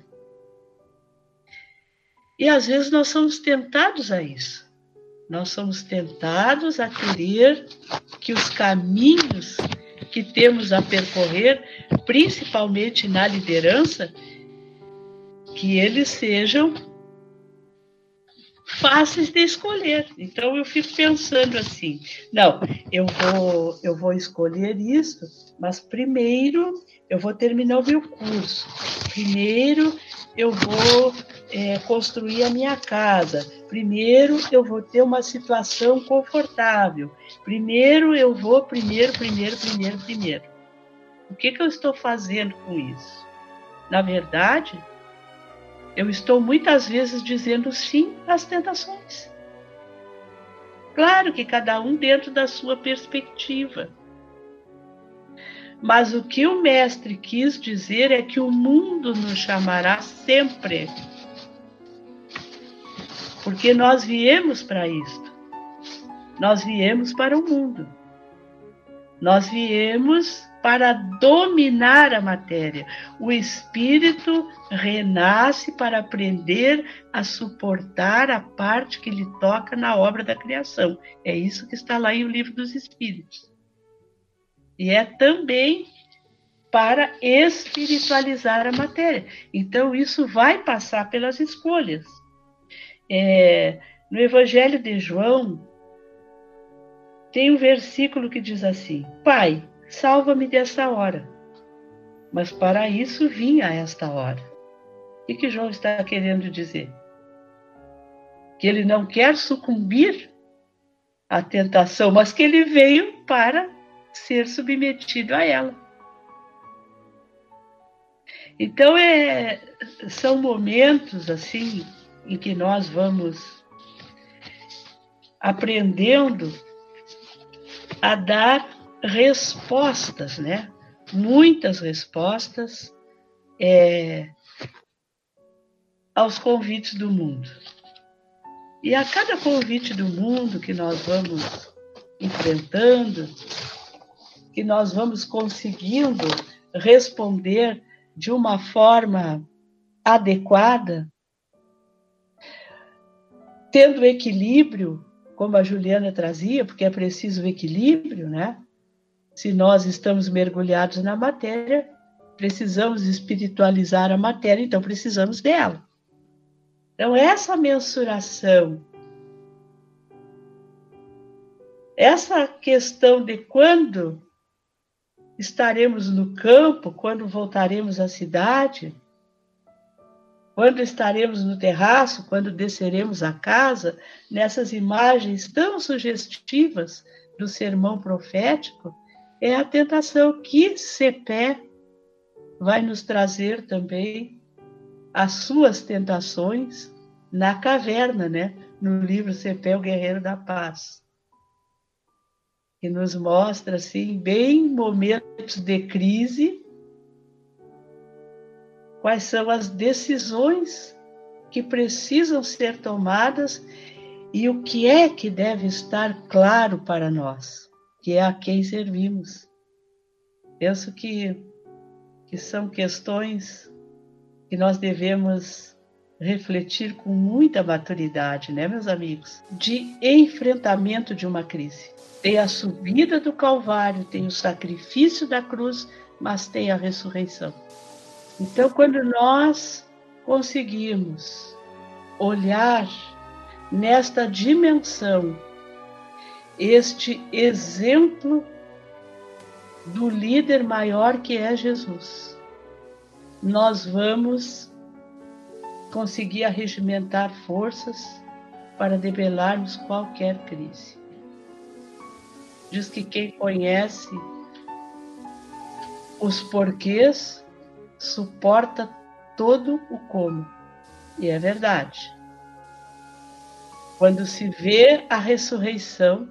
E às vezes nós somos tentados a isso. Nós somos tentados a querer que os caminhos que temos a percorrer, principalmente na liderança, que eles sejam fáceis de escolher. Então eu fico pensando assim, não, eu vou escolher isso, mas primeiro eu vou terminar o meu curso, primeiro eu vou construir a minha casa, primeiro eu vou ter uma situação confortável, primeiro eu vou, primeiro. O que eu estou fazendo com isso? Na verdade, eu estou muitas vezes dizendo sim às tentações. Claro que cada um dentro da sua perspectiva. Mas o que o mestre quis dizer é que o mundo nos chamará sempre. Porque nós viemos para isto. Nós viemos para o mundo. Nós viemos para dominar a matéria. O espírito renasce para aprender a suportar a parte que lhe toca na obra da criação. É isso que está lá em O Livro dos Espíritos. E é também para espiritualizar a matéria. Então, isso vai passar pelas escolhas. No Evangelho de João, tem um versículo que diz assim: Pai, salva-me desta hora. Mas para isso vim a esta hora. O que João está querendo dizer? Que ele não quer sucumbir à tentação, mas que ele veio para ser submetido a ela. Então, são momentos assim em que nós vamos aprendendo a dar respostas, né? Muitas respostas aos convites do mundo. E a cada convite do mundo que nós vamos enfrentando, que nós vamos conseguindo responder de uma forma adequada, tendo equilíbrio, como a Juliana trazia, porque é preciso o equilíbrio, né? Se nós estamos mergulhados na matéria, precisamos espiritualizar a matéria, então precisamos dela. Então, essa mensuração, essa questão de quando estaremos no campo, quando voltaremos à cidade, quando estaremos no terraço, quando desceremos a casa, nessas imagens tão sugestivas do sermão profético, é a tentação que Cepé vai nos trazer também as suas tentações na caverna, né? No livro Cepé, o Guerreiro da Paz, que nos mostra, assim, bem momentos de crise, quais são as decisões que precisam ser tomadas e o que é que deve estar claro para nós, que é a quem servimos. Penso que são questões que nós devemos refletir com muita maturidade, né, meus amigos? De enfrentamento de uma crise. Tem a subida do Calvário, tem o sacrifício da cruz, mas tem a ressurreição. Então, quando nós conseguimos olhar nesta dimensão, este exemplo do líder maior que é Jesus, nós vamos conseguir arregimentar forças para debelarmos qualquer crise. Diz que quem conhece os porquês suporta todo o como. E é verdade. Quando se vê a ressurreição,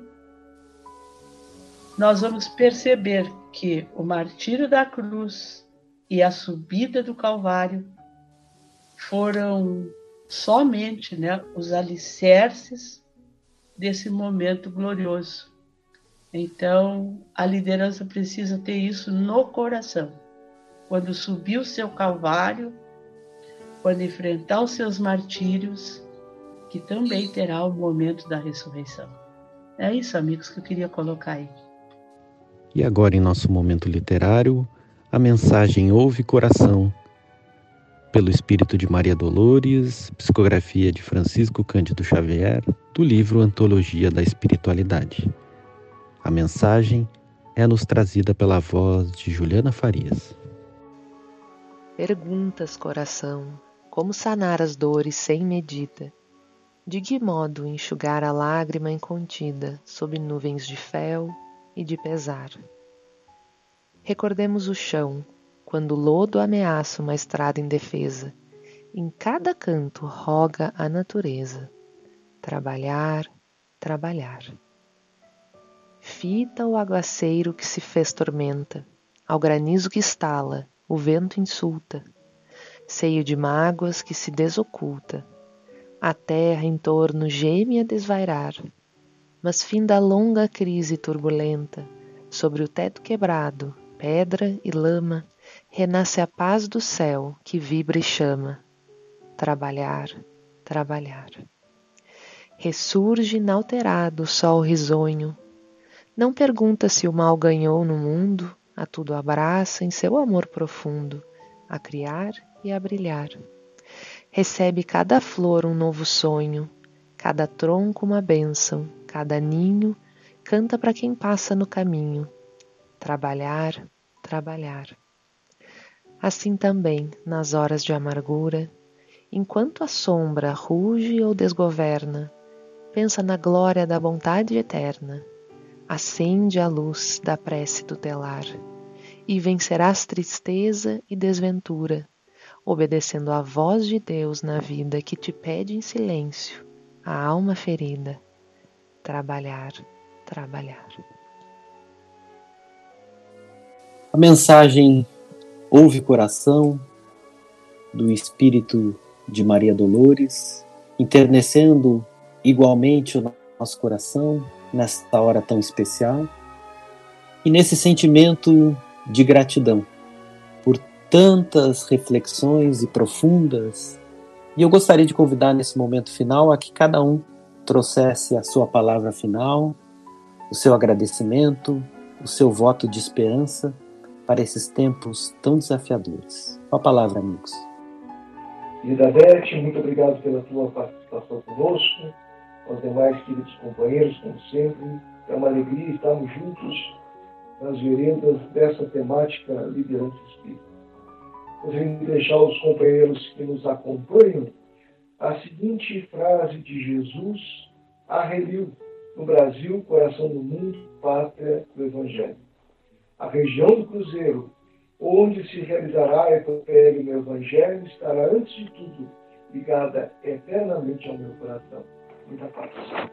nós vamos perceber que o martírio da cruz e a subida do Calvário foram somente, né, os alicerces desse momento glorioso. Então, a liderança precisa ter isso no coração. Quando subir o seu Calvário, quando enfrentar os seus martírios, que também terá o momento da ressurreição. É isso, amigos, que eu queria colocar aí. E agora, em nosso momento literário, a mensagem Ouve Coração, pelo espírito de Maria Dolores, psicografia de Francisco Cândido Xavier, do livro Antologia da Espiritualidade. A mensagem é nos trazida pela voz de Juliana Farias. Perguntas, coração, como sanar as dores sem medida? De que modo enxugar a lágrima incontida sob nuvens de fel e de pesar? Recordemos o chão, quando o lodo ameaça uma estrada indefesa. Em cada canto roga a natureza. Trabalhar, trabalhar. Fita o aguaceiro que se fez tormenta, ao granizo que estala, o vento insulta, seio de mágoas que se desoculta, a terra em torno geme a desvairar. mas finda a longa crise turbulenta. Sobre o teto quebrado, pedra e lama, renasce a paz do céu que vibra e chama. Trabalhar, trabalhar. Ressurge inalterado o sol risonho. Não pergunta se o mal ganhou no mundo, a tudo abraça em seu amor profundo, a criar e a brilhar. Recebe cada flor um novo sonho, cada tronco uma bênção, cada ninho canta para quem passa no caminho. Trabalhar, trabalhar. Assim também, nas horas de amargura, enquanto a sombra ruge ou desgoverna, pensa na glória da vontade eterna, acende a luz da prece tutelar, e vencerás tristeza e desventura, obedecendo à voz de Deus na vida que te pede em silêncio, a alma ferida. Trabalhar, trabalhar. A mensagem Ouve Coração, do Espírito de Maria Dolores, enternecendo igualmente o nosso coração nesta hora tão especial e nesse sentimento de gratidão por tantas reflexões e profundas. E eu gostaria de convidar nesse momento final a que cada um trouxesse a sua palavra final, o seu agradecimento, o seu voto de esperança para esses tempos tão desafiadores. Com a palavra, amigos. Querida Beth, muito obrigado pela tua participação conosco, aos demais queridos companheiros, como sempre. É uma alegria estarmos juntos nas veredas dessa temática liderança espírita. Gostaria de deixar aos companheiros que nos acompanham a seguinte frase de Jesus a Relil, no Brasil, coração do mundo, pátria do Evangelho. A região do Cruzeiro, onde se realizará a epopeia do meu Evangelho, estará, antes de tudo, ligada eternamente ao meu coração. Muita paz.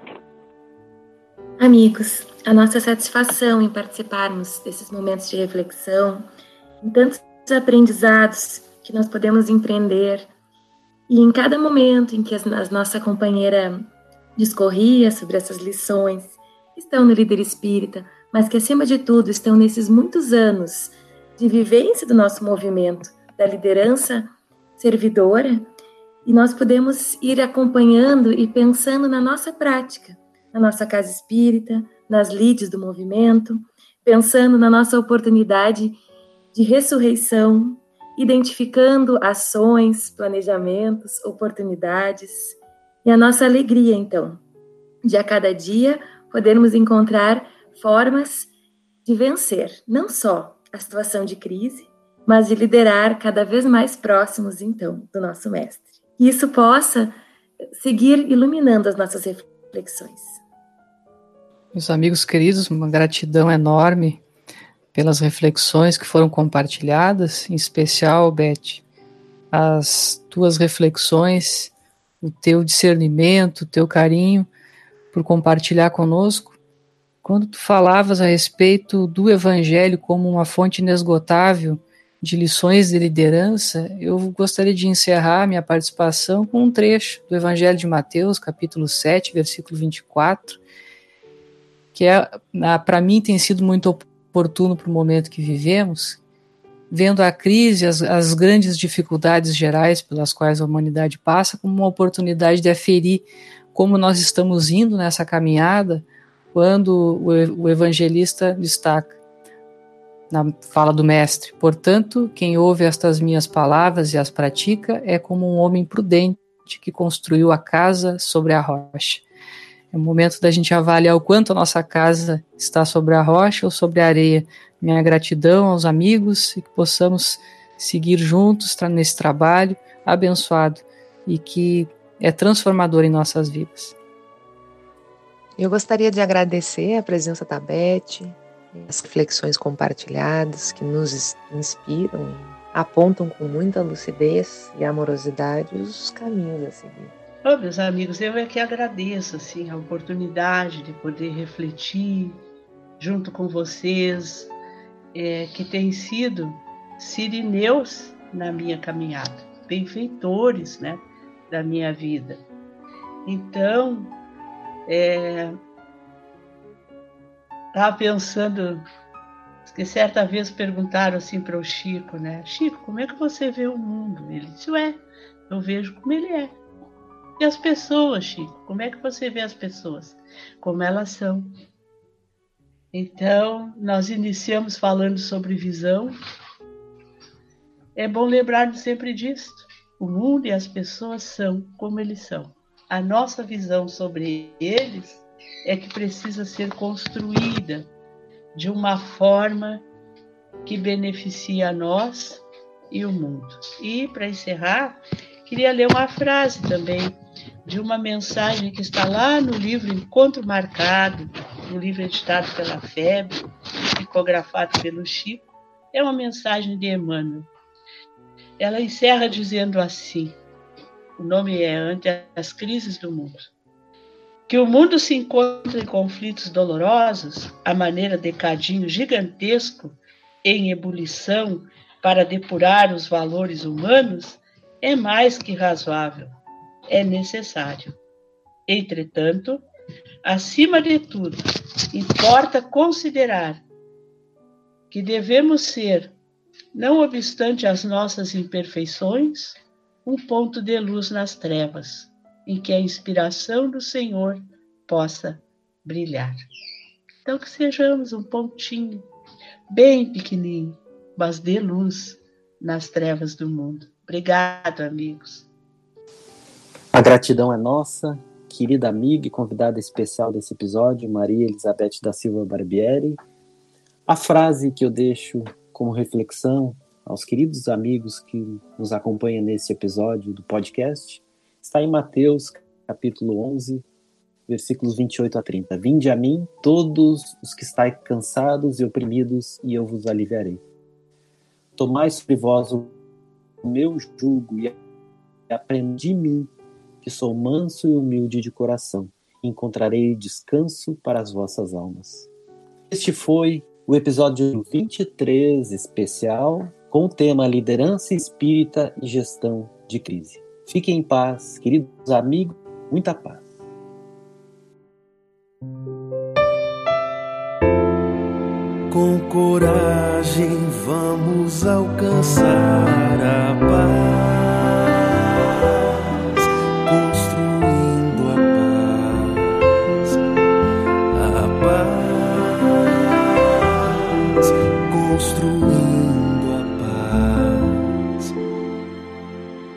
Amigos, a nossa satisfação em participarmos desses momentos de reflexão, em tantos aprendizados que nós podemos empreender, e em cada momento em que a nossa companheira discorria sobre essas lições que estão no Líder Espírita, mas que, acima de tudo, estão nesses muitos anos de vivência do nosso movimento, da liderança servidora, e nós podemos ir acompanhando e pensando na nossa prática, na nossa casa espírita, nas lides do movimento, pensando na nossa oportunidade de ressurreição, identificando ações, planejamentos, oportunidades, e a nossa alegria, então, de a cada dia podermos encontrar formas de vencer, não só a situação de crise, mas de liderar cada vez mais próximos, então, do nosso Mestre. Que isso possa seguir iluminando as nossas reflexões. Meus amigos queridos, uma gratidão enorme pelas reflexões que foram compartilhadas, em especial, Beth, as tuas reflexões, o teu discernimento, o teu carinho por compartilhar conosco. Quando tu falavas a respeito do Evangelho como uma fonte inesgotável de lições de liderança, eu gostaria de encerrar minha participação com um trecho do Evangelho de Mateus, capítulo 7, versículo 24, que para mim tem sido muito oportuno para o momento que vivemos, vendo a crise, as grandes dificuldades gerais pelas quais a humanidade passa, como uma oportunidade de aferir como nós estamos indo nessa caminhada, quando o evangelista destaca, na fala do mestre: portanto, quem ouve estas minhas palavras e as pratica é como um homem prudente que construiu a casa sobre a rocha. É o momento da gente avaliar o quanto a nossa casa está sobre a rocha ou sobre a areia. Minha gratidão aos amigos e que possamos seguir juntos nesse trabalho abençoado e que é transformador em nossas vidas. Eu gostaria de agradecer a presença da Beth, as reflexões compartilhadas que nos inspiram, apontam com muita lucidez e amorosidade os caminhos a seguir. Oh, meus amigos, eu é que agradeço assim, a oportunidade de poder refletir junto com vocês, que têm sido sirineus na minha caminhada, benfeitores, né, da minha vida. Então, estava pensando que certa vez perguntaram assim para o Chico, né? Chico, como é que você vê o mundo? Ele disse, eu vejo como ele é. E as pessoas, Chico, como é que você vê as pessoas? Como elas são. Então, nós iniciamos falando sobre visão. É bom lembrar sempre disso. O mundo e as pessoas são como eles são. A nossa visão sobre eles é que precisa ser construída de uma forma que beneficie a nós e o mundo. E, para encerrar, queria ler uma frase também de uma mensagem que está lá no livro Encontro Marcado, no livro editado pela FEB, psicografado pelo Chico. É uma mensagem de Emmanuel. Ela encerra dizendo assim, o nome é Ante as Crises do Mundo. Que o mundo se encontra em conflitos dolorosos, à maneira de cadinho gigantesco em ebulição para depurar os valores humanos, é mais que razoável, é necessário. Entretanto, acima de tudo, importa considerar que devemos ser, não obstante as nossas imperfeições, um ponto de luz nas trevas, em que a inspiração do Senhor possa brilhar. Então, que sejamos um pontinho bem pequenininho, mas de luz nas trevas do mundo. Obrigado, amigos. A gratidão é nossa, querida amiga e convidada especial desse episódio, Maria Elizabeth da Silva Barbieri. A frase que eu deixo como reflexão aos queridos amigos que nos acompanham nesse episódio do podcast está em Mateus, capítulo 11, versículos 28 a 30. Vinde a mim, todos os que estáis cansados e oprimidos, e eu vos aliviarei. Tomai sobre vós o meu jugo e aprendei de mim, que sou manso e humilde de coração, e encontrarei descanso para as vossas almas. Este foi o episódio 23 especial, com o tema Liderança Espírita e Gestão de Crise. Fiquem em paz, queridos amigos, muita paz. Com coragem vamos alcançar a paz.